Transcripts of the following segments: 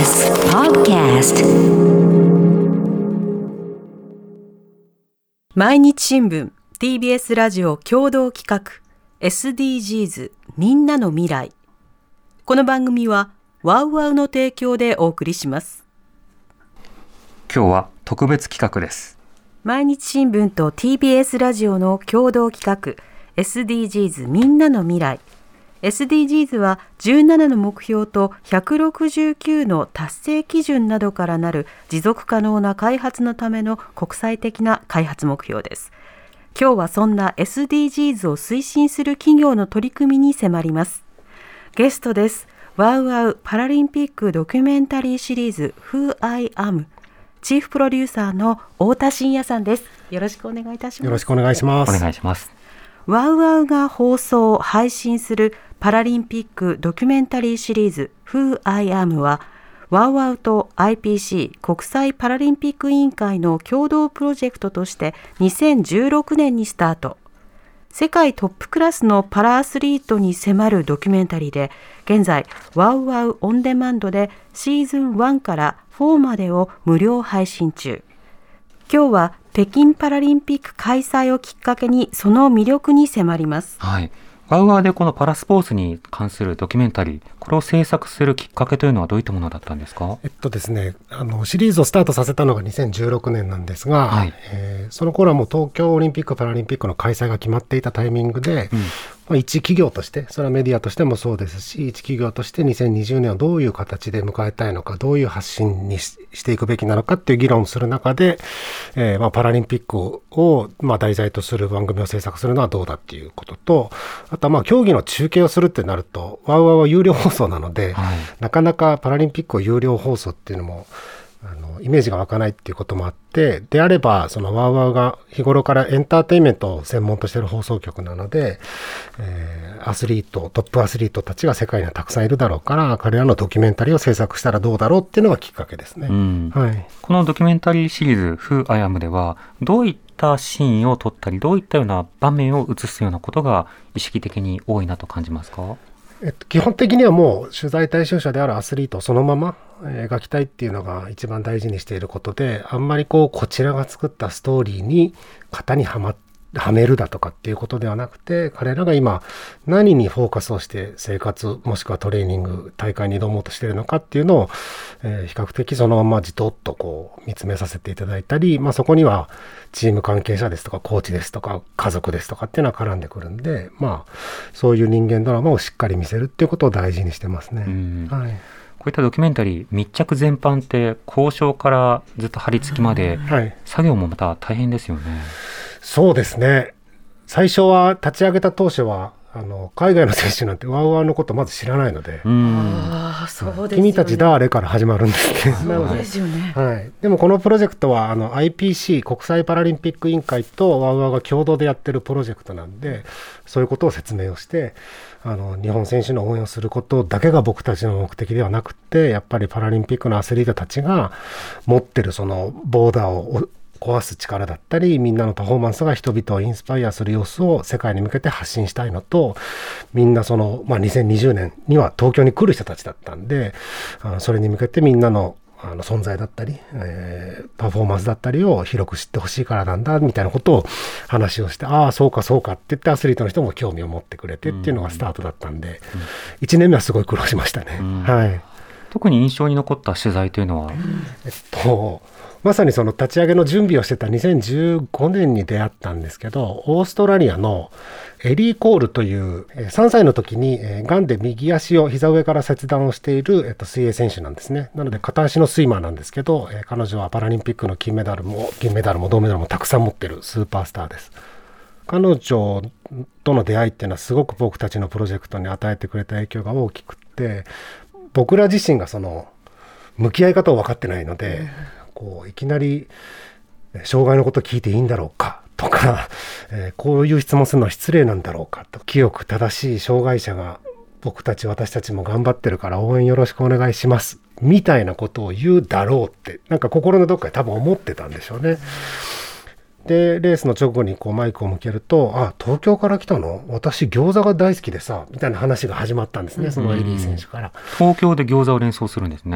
TBS Podcast。 毎日新聞 TBS ラジオ共同企画 SDGs みんなの未来。この番組はワウワウの提供でお送りします。 今日は特別企画です。 毎日新聞と TBS ラジオの共同企画 SDGs みんなの未来。SDGs は17の目標と169の達成基準などからなる持続可能な開発のための国際的な開発目標です。今日はそんな SDGs を推進する企業の取り組みに迫ります。ゲストです。ワウワウパラリンピックドキュメンタリーシリーズ Who I Amチーフプロデューサーの太田真也さんです。よろしくお願いいたします。 よろしくお願いします。 お願いします。 ワウワウが放送配信するパラリンピックドキュメンタリーシリーズ Who I Am はワウワウと IPC 国際パラリンピック委員会の共同プロジェクトとして2016年にスタート。世界トップクラスのパラアスリートに迫るドキュメンタリーで、現在ワウワウオンデマンドでシーズン1から4までを無料配信中。今日は北京パラリンピック開催をきっかけにその魅力に迫ります。 はい。ワウワウでこのパラスポーツに関するドキュメンタリー、これを制作するきっかけというのはどういったものだったんですか？ ですね、シリーズをスタートさせたのが2016年なんですが、 はい、 その頃はもう東京オリンピック・パラリンピックの開催が決まっていたタイミングで、一企業として、それはメディアとしてもそうですし、一企業として2020年をどういう形で迎えたいのか、どういう発信にしていくべきなのかっていう議論をする中で、パラリンピックを題材とする番組を制作するのはどうだっていうことと、あとは競技の中継をするってなると、ワウワウは有料放送なので、なかなかパラリンピックを有料放送っていうのもイメージが湧かないっていうこともあって、であればそのワウワウが日頃からエンターテインメントを専門としている放送局なので、アスリート、トップアスリートたちが世界にはたくさんいるだろうから、彼らのドキュメンタリーを制作したらどうだろうっていうのがきっかけですね。はい、 このドキュメンタリーシリーズ Who I Am ではどういったシーンを撮ったり、どういったような場面を映すようなことが意識的に多いなと感じますか？ 基本的にはもう取材対象者であるアスリートをそのまま描きたいっていうのが一番大事にしていることで、あんまりこちらが作ったストーリーに型にはめるだとかっていうことではなくて、彼らが今何にフォーカスをして生活もしくはトレーニング大会に挑もうとしているのかっていうのを、比較的そのままじとっと見つめさせていただいたり、そこにはチーム関係者ですとかコーチですとか家族ですとかっていうのは絡んでくるんで、そういう人間ドラマをしっかり見せるっていうことを大事にしてますね。はい、 こういったドキュメンタリー密着全般って交渉からずっと張り付きまで、作業もまた大変ですよね。 そうですね。最初は立ち上げた当初は海外の選手なんてワウワウのことまず知らないので、 そうですよね、 君たち誰から始まるんですけど、 そうですよね。 でもこのプロジェクトはIPC 国際パラリンピック委員会とワウワウが共同でやってるプロジェクトなんで、そういうことを説明をして日本選手の応援をすることだけが僕たちの目的ではなくて、やっぱりパラリンピックのアスリートたちが持ってるそのボーダーを壊す力だったり、みんなのパフォーマンスが人々をインスパイアする様子を世界に向けて発信したいのと、みんな2020年には東京に来る人たちだったんで、それに向けてみんなの存在だったり、パフォーマンスだったりを広く知ってほしいからなんだみたいなことを話をして、そうかそうかって言ってアスリートの人も興味を持ってくれてっていうのがスタートだったんで、1年目はすごい苦労しましたね。はい、 特に印象に残った取材というのは、 まさにその立ち上げの準備をしてた2015年に出会ったんですけど、オーストラリアのエリー・コールという3歳の時にがんで右足を膝上から切断をしている水泳選手なんですね。なので片足のスイマーなんですけど、彼女はパラリンピックの銀メダルも銅メダルもたくさん持ってるスーパースターです。彼女との出会いっていうのはすごく僕たちのプロジェクトに与えてくれた影響が大きくて、僕ら自身がその向き合い方を分かってないので、いきなり障害のこと聞いていいんだろうかとか、こういう質問するのは失礼なんだろうかと、清く正しい障害者が私たちも頑張ってるから応援よろしくお願いしますみたいなことを言うだろうって心のどっかで多分思ってたんでしょうね。でレースの直後にマイクを向けると、東京から来たの、私餃子が大好きでさみたいな話が始まったんですね、そのエリー選手から。 東京で餃子を連想するんですね。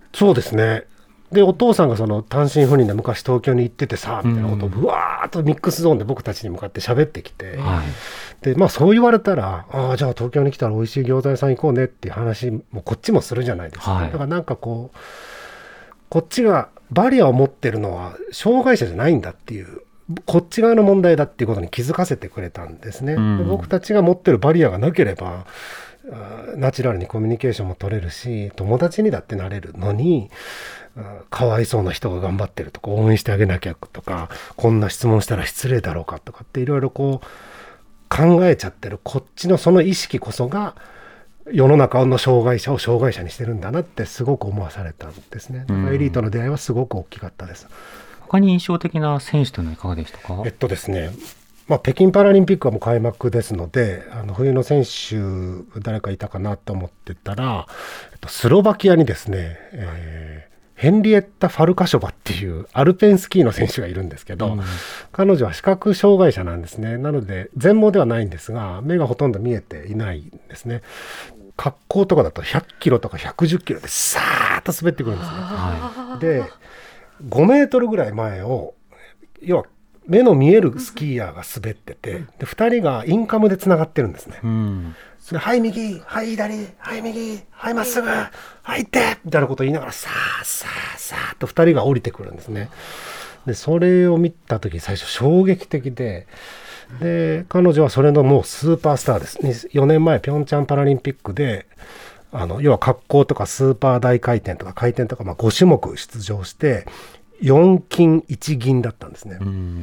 そうですね。でお父さんがその単身赴任で昔東京に行っててさみたいなことをぶわーっとミックスゾーンで僕たちに向かって喋ってきて、でそう言われたらじゃあ東京に来たら美味しい餃子屋さん行こうねっていう話もこっちもするじゃないですか、だからなんかこっちがバリアを持ってるのは障害者じゃないんだっていう、こっち側の問題だっていうことに気づかせてくれたんですね。で僕たちが持ってるバリアがなければナチュラルにコミュニケーションも取れるし友達にだってなれるのに、かわいそうな人が頑張ってるとか応援してあげなきゃとかこんな質問したら失礼だろうかとかっていろいろ考えちゃってるこっちのその意識こそが世の中の障害者を障害者にしてるんだなってすごく思わされたんですね。だからエリートの出会いはすごく大きかったです。 他に印象的な選手というのはいかがでしたか？ ですね、北京パラリンピックはもう開幕ですので冬の選手誰かいたかなと思ってたら、スロバキアにですね、ヘンリエッタ・ファルカショバっていうアルペンスキーの選手がいるんですけど、彼女は視覚障害者なんですね。なので全盲ではないんですが目がほとんど見えていないんですね。滑降とかだと100キロとか110キロでさーっと滑ってくるんですね、で5メートルぐらい前を要は目の見えるスキーヤーが滑ってて、で2人がインカムでつながってるんですね、ではい右、はい左、はい右、はいまっすぐ、はい行ってみたいなことを言いながらさーさーさーっと2人が降りてくるんですね。でそれを見た時最初衝撃的で、彼女はそれのもうスーパースターです。4年前ピョンチャンパラリンピックで要は滑降とかスーパー大回転とか回転とか5種目出場して4金1銀だったんですね。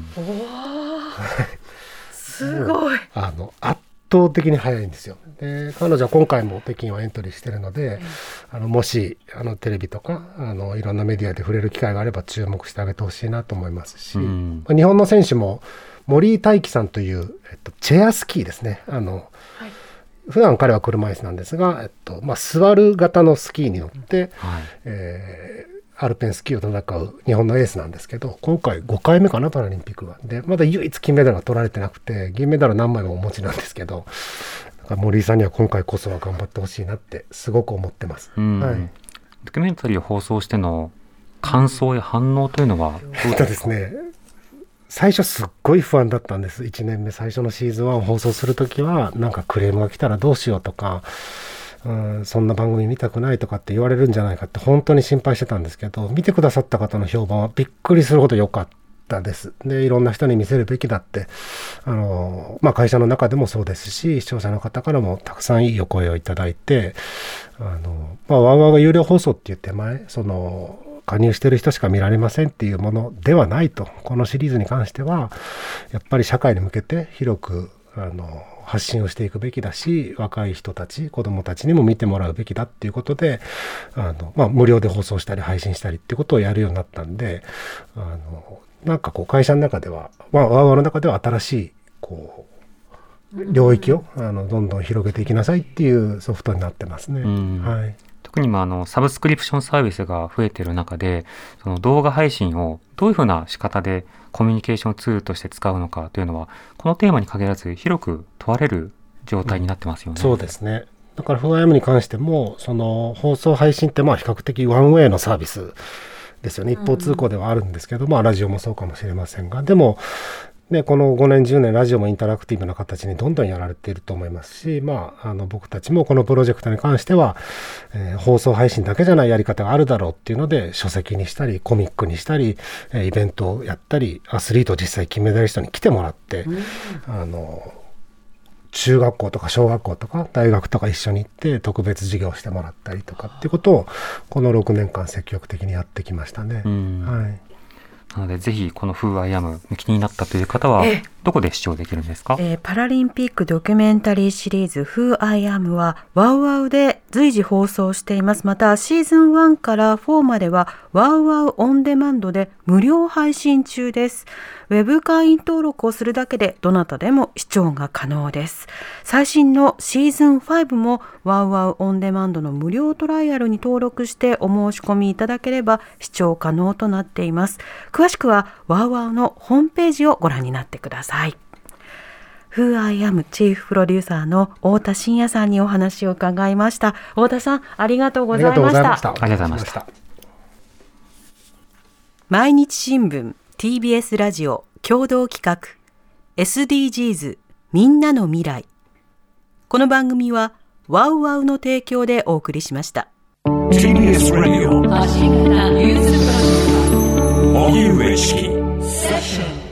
すごい圧倒的に速いんですよ。で彼女は今回も北京はエントリーしてるので、もしテレビとかいろんなメディアで触れる機会があれば注目してあげてほしいなと思いますし、日本の選手も森井大輝さんという、チェアスキーですね。普段彼は車椅子なんですが、座る型のスキーに乗って、アルペンスキーを戦う日本のエースなんですけど、今回5回目かなパラリンピックがでまだ唯一金メダルが取られてなくて銀メダル何枚もお持ちなんですけど、森井さんには今回こそは頑張ってほしいなってすごく思ってます。 ドキュメンタリーを放送しての感想や反応というのはどうですか？ 最初すっごい不安だったんです。1年目最初のシーズン1を放送するときはなんかクレームが来たらどうしようとか、そんな番組見たくないとかって言われるんじゃないかって本当に心配してたんですけど、見てくださった方の評判はびっくりするほど良かったです。でいろんな人に見せるべきだって会社の中でもそうですし視聴者の方からもたくさんいいお声をいただいて、ワンワンが有料放送っていう手前加入してる人しか見られませんっていうものではないと、このシリーズに関してはやっぱり社会に向けて広く発信をしていくべきだし、若い人たち子どもたちにも見てもらうべきだっていうことで無料で放送したり配信したりっていうことをやるようになったんで、なんか会社の中ではワーワーの中では新しい領域をどんどん広げていきなさいっていうソフトになってますね。 特にサブスクリプションサービスが増えている中で、その動画配信をどういうふうな仕方でコミュニケーションツールとして使うのかというのはこのテーマに限らず広く問われる状態になってますよね。 そうですね。だからフーアイエムに関してもその放送配信って比較的ワンウェイのサービスですよね。一方通行ではあるんですけど、ラジオもそうかもしれませんが、でもこの5年10年ラジオもインタラクティブな形にどんどんやられていると思いますし、僕たちもこのプロジェクトに関しては、放送配信だけじゃないやり方があるだろうっていうので書籍にしたりコミックにしたり、イベントをやったりアスリート実際金メダリストに来てもらって、中学校とか小学校とか大学とか一緒に行って特別授業をしてもらったりとかっていうことをこの6年間積極的にやってきましたね。 なのでぜひこの Who I Am 気になったという方はどこで視聴できるんですか？ パラリンピックドキュメンタリーシリーズ Who I Am はワウワウで随時放送しています。またシーズン1から4まではワウワウオンデマンドで無料配信中です。ウェブ会員登録をするだけでどなたでも視聴が可能です。最新のシーズン5もワウワウオンデマンドの無料トライアルに登録してお申し込みいただければ視聴可能となっています。詳しくはワウワウのホームページをご覧になってください。Who I Am チーフプロデューサーの太田真也さんにお話を伺いました。太田さん、ありがとうございました。 ありがとうございました。 毎日新聞 TBS ラジオ共同企画 SDGs みんなの未来。この番組はワウワウの提供でお送りしました。 TBS ラジオ荻上チキセッション